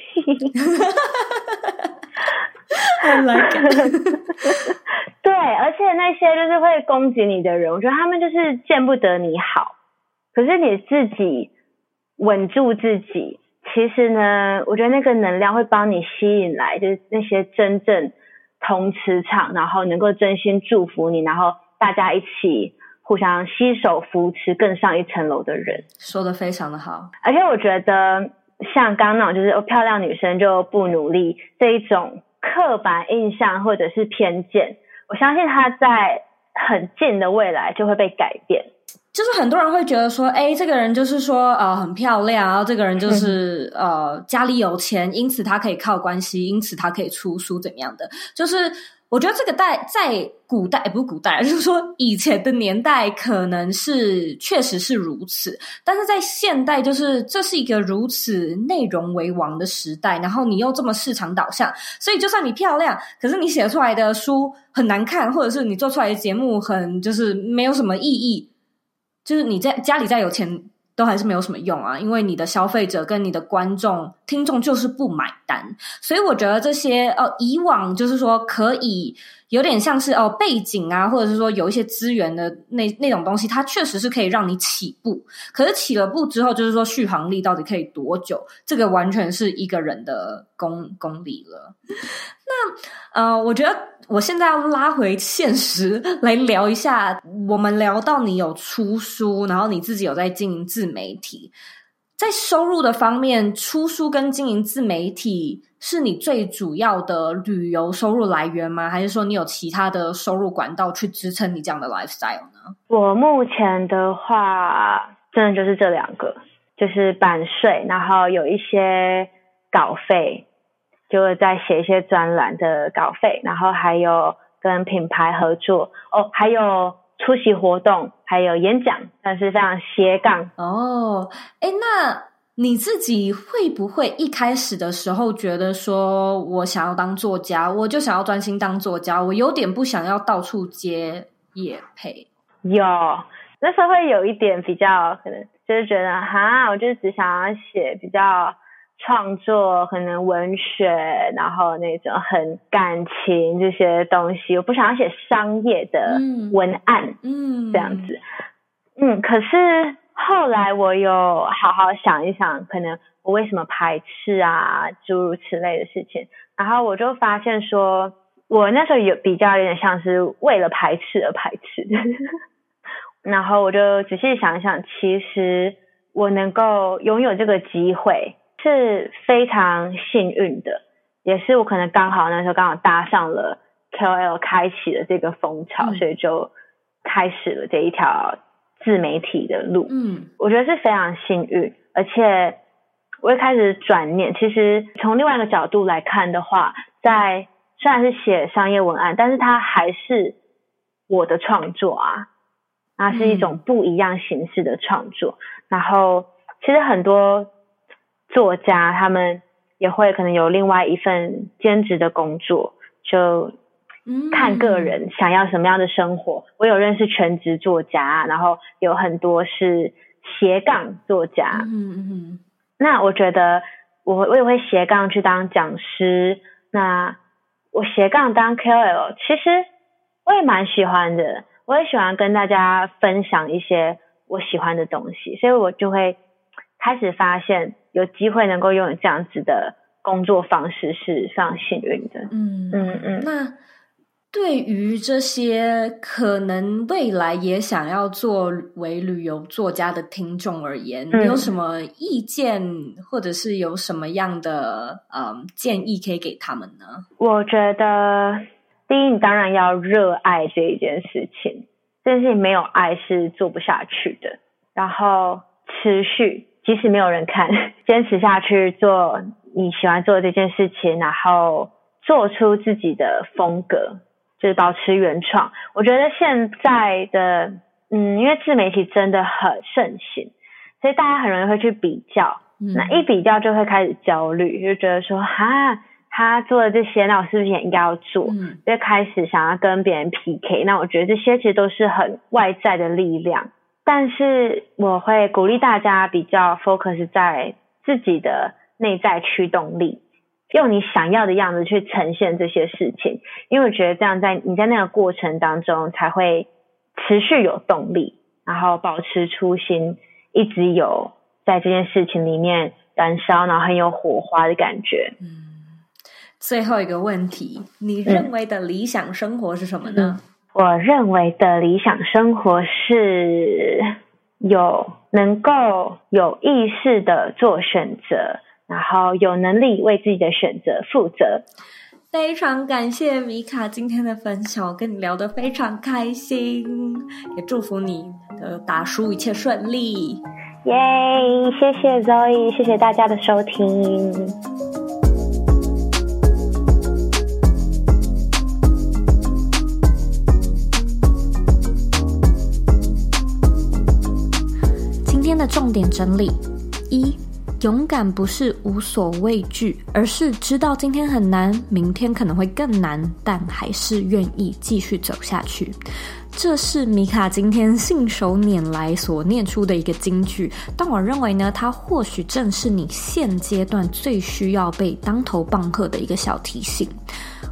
I like it. 对，而且那些就是会攻击你的人，我觉得他们就是见不得你好，可是你自己稳住自己，其实呢我觉得那个能量会帮你吸引来就是那些真正同磁场，然后能够真心祝福你，然后大家一起互相携手扶持更上一层楼的人。 说得非常的好。 而且我觉得像刚刚那种就是、哦、漂亮女生就不努力这一种刻板印象或者是偏见，我相信它在很近的未来就会被改变。 就是很多人会觉得说，诶，这个人就是说呃很漂亮，然后这个人就是、嗯、呃家里有钱，因此他可以靠关系，因此他可以出书怎么样的，就是我觉得这个在在古代，不是古代，就是说以前的年代可能是确实是如此，但是在现代就是这是一个如此内容为王的时代，然后你又这么市场导向，所以就算你漂亮，可是你写出来的书很难看，或者是你做出来的节目很就是没有什么意义，就是你在家里再有钱都还是没有什么用啊，因为你的消费者跟你的观众听众就是不买单。所以我觉得这些呃以往就是说可以有点像是哦背景啊，或者是说有一些资源的那那种东西，它确实是可以让你起步。可是起了步之后，就是说续航力到底可以多久，这个完全是一个人的功功力了。那呃，我觉得我现在要拉回现实来聊一下，我们聊到你有出书，然后你自己有在经营自媒体，在收入的方面，出书跟经营自媒体是你最主要的旅游收入来源吗？还是说你有其他的收入管道去支撑你这样的 lifestyle 呢？ 我目前的话真的就是这两个，就是版税，然后有一些稿费，就在写一些专栏的稿费，然后还有跟品牌合作哦，还有出席活动，还有演讲，但是非常斜杠哦。诶，那你自己会不会一开始的时候觉得说我想要当作家，我就想要专心当作家，我有点不想要到处接业配？ 有，那时候会有一点比较可能就是觉得哈，我就是只想要写比较创作，可能文学，然后那种很感情这些东西，我不想要写商业的文案，嗯，这样子，嗯，可是后来我有好好想一想，可能我为什么排斥啊，诸如此类的事情，然后我就发现说，我那时候有比较有点像是为了排斥而排斥，然后我就仔细想一想，其实我能够拥有这个机会是非常幸运的，也是我可能刚好那时候刚好搭上了 K O L 开启了这个风潮，嗯，所以就开始了这一条自媒体的路。嗯，我觉得是非常幸运，而且我会开始转念，其实从另外一个角度来看的话，在虽然是写商业文案，但是它还是我的创作啊，它是一种不一样形式的创作，嗯，然后其实很多作家他们也会可能有另外一份兼职的工作，就看个人想要什么样的生活，嗯，我有认识全职作家，然后有很多是斜杠作家，嗯嗯，那我觉得我我也会斜杠去当讲师，那我斜杠当 K O L 其实我也蛮喜欢的，我也喜欢跟大家分享一些我喜欢的东西，所以我就会开始发现有机会能够拥有这样子的工作方式是非常幸运的。嗯嗯嗯。 那对于这些可能未来也想要作为旅游作家的听众而言，嗯，你有什么意见或者是有什么样的嗯建议可以给他们呢？ 我觉得第一，你当然要热爱这一件事情，这件事情没有爱是做不下去的，然后持续，即使没有人看，坚持下去做你喜欢做的这件事情，然后做出自己的风格，就是保持原创。我觉得现在的嗯，因为自媒体真的很盛行，所以大家很容易会去比较，嗯，那一比较就会开始焦虑，就觉得说哈，他做了这些，那我是不是也应该要做，嗯，就开始想要跟别人 P K。 那我觉得这些其实都是很外在的力量，但是我会鼓励大家比较 focus 在自己的内在驱动力，用你想要的样子去呈现这些事情，因为我觉得这样在你在那个过程当中才会持续有动力，然后保持初心，一直有在这件事情里面燃烧，然后很有火花的感觉。 嗯，最后一个问题，你认为的理想生活是什么呢？嗯， 我认为的理想生活是有能够有意识的做选择，然后有能力为自己的选择负责。 非常感谢米卡今天的分享，我跟你聊得非常开心，也祝福你的打书一切顺利。 耶，谢谢 Zoe， 谢谢大家的收听。 今天的重点整理：一，勇敢不是无所畏惧，而是知道今天很难，明天可能会更难，但还是愿意继续走下去。这是米卡今天信手拈来所念出的一个金句，但我认为呢，它或许正是你现阶段最需要被当头棒喝的一个小提醒。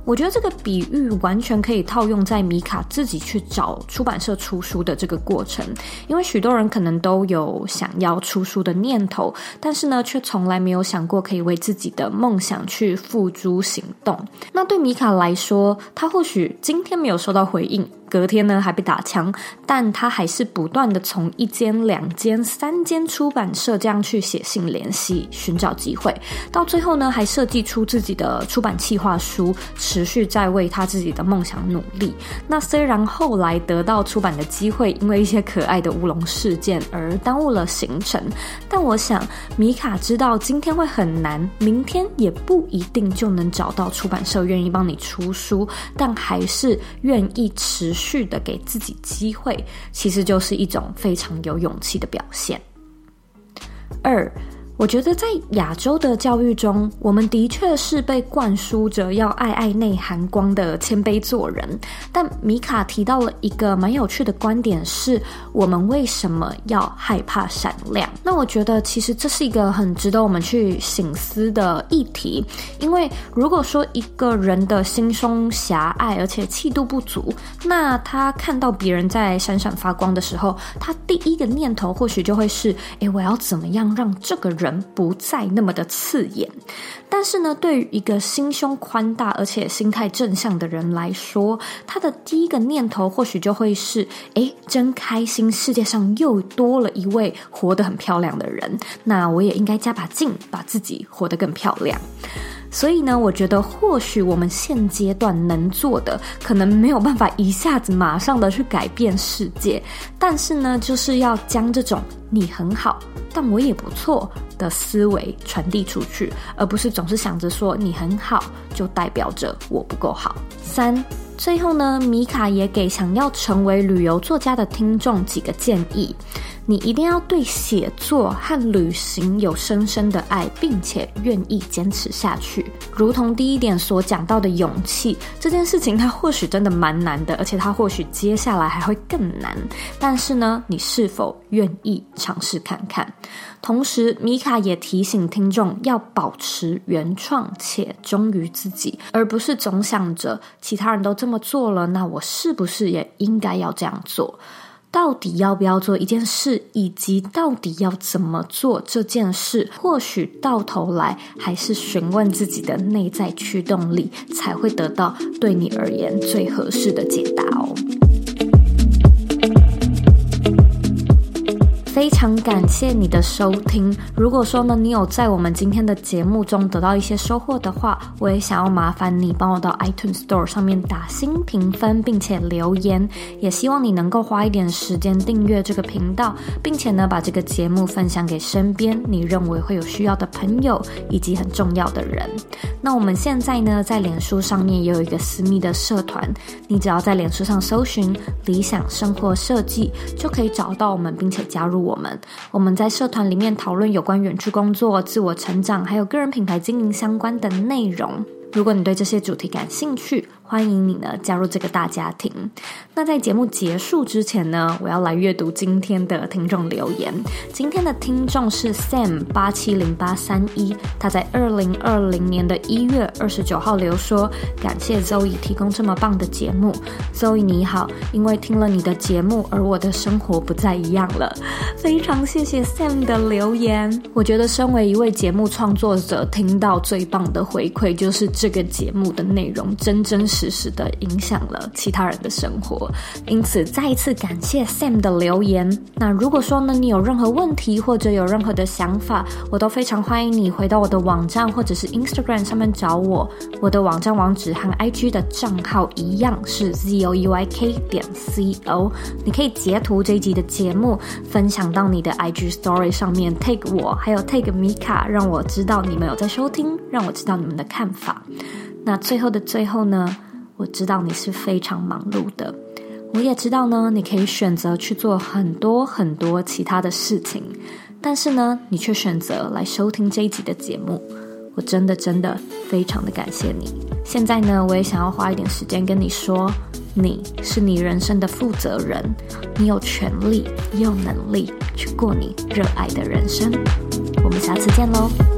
我觉得这个比喻完全可以套用在米卡自己去找出版社出书的这个过程，因为许多人可能都有想要出书的念头，但是呢，却从来没有想过可以为自己的梦想去付诸行动。那对米卡来说，他或许今天没有收到回应，隔天呢还被打枪，但他还是不断的从一间、两间、三间出版社这样去写信联系，寻找机会，到最后呢还设计出自己的出版企划书，持续在为他自己的梦想努力。那虽然后来得到出版的机会因为一些可爱的乌龙事件而耽误了行程，但我想米卡知道今天会很难，明天也不一定就能找到出版社愿意帮你出书，但还是愿意持续的给自己机会，其实就是一种非常有勇气的表现。二，我觉得在亚洲的教育中，我们的确是被灌输着要爱爱内涵光的谦卑做人，但米卡提到了一个蛮有趣的观点，是我们为什么要害怕闪亮。那我觉得其实这是一个很值得我们去省思的议题，因为如果说一个人的心胸狭隘而且气度不足，那他看到别人在闪闪发光的时候，他第一个念头或许就会是诶，我要怎么样让这个人不再那么的刺眼。但是呢，对于一个心胸宽大而且心态正向的人来说，他的第一个念头或许就会是诶，真开心，世界上又多了一位活得很漂亮的人，那我也应该加把劲，把自己活得更漂亮。所以呢，我觉得或许我们现阶段能做的，可能没有办法一下子马上的去改变世界，但是呢，就是要将这种你很好，但我也不错的思维传递出去，而不是总是想着说你很好，就代表着我不够好。三，最后呢，米卡也给想要成为旅游作家的听众几个建议。你一定要对写作和旅行有深深的爱，并且愿意坚持下去。如同第一点所讲到的勇气，这件事情它或许真的蛮难的，而且它或许接下来还会更难。但是呢，你是否愿意尝试看看？同时，米卡也提醒听众要保持原创且忠于自己，而不是总想着其他人都这么做了，那我是不是也应该要这样做？到底要不要做一件事，以及到底要怎么做这件事，或许到头来还是询问自己的内在驱动力，才会得到对你而言最合适的解答哦。非常感谢你的收听。如果说呢，你有在我们今天的节目中得到一些收获的话，我也想要麻烦你帮我到 iTunes Store 上面打星评分，并且留言。也希望你能够花一点时间订阅这个频道，并且呢，把这个节目分享给身边你认为会有需要的朋友以及很重要的人。那我们现在呢，在脸书上面也有一个私密的社团，你只要在脸书上搜寻理想生活设计，就可以找到我们，并且加入我们。我们在社团里面讨论有关远距工作、自我成长还有个人品牌经营相关的内容。如果你对这些主题感兴趣，欢迎你呢加入这个大家庭。那在节目结束之前呢，我要来阅读今天的听众留言。今天的听众是 Sam 八七零八三一，他在二零二零年的一月二十九号留说，感谢 Zoe 提供这么棒的节目。 Zoe 你好，因为听了你的节目而我的生活不再一样了。非常谢谢 Sam 的留言。我觉得身为一位节目创作者，听到最棒的回馈就是这个节目的内容真真实实的影响了其他人的生活，因此再一次感谢 Sam 的留言。那如果说呢，你有任何问题或者有任何的想法，我都非常欢迎你回到我的网站或者是 Instagram 上面找我。我的网站网址和 I G 的账号一样是 zoeyk 点 co， 你可以截图这一集的节目分享到你的 I G Story 上面 tag 我还有 tag Mika， 让我知道你们有在收听，让我知道你们的看法。那最后的最后呢，我知道你是非常忙碌的，我也知道呢，你可以选择去做很多很多其他的事情，但是呢，你却选择来收听这一集的节目，我真的真的非常的感谢你。现在呢，我也想要花一点时间跟你说，你是你人生的负责人，你有权利也有能力去过你热爱的人生。我们下次见咯。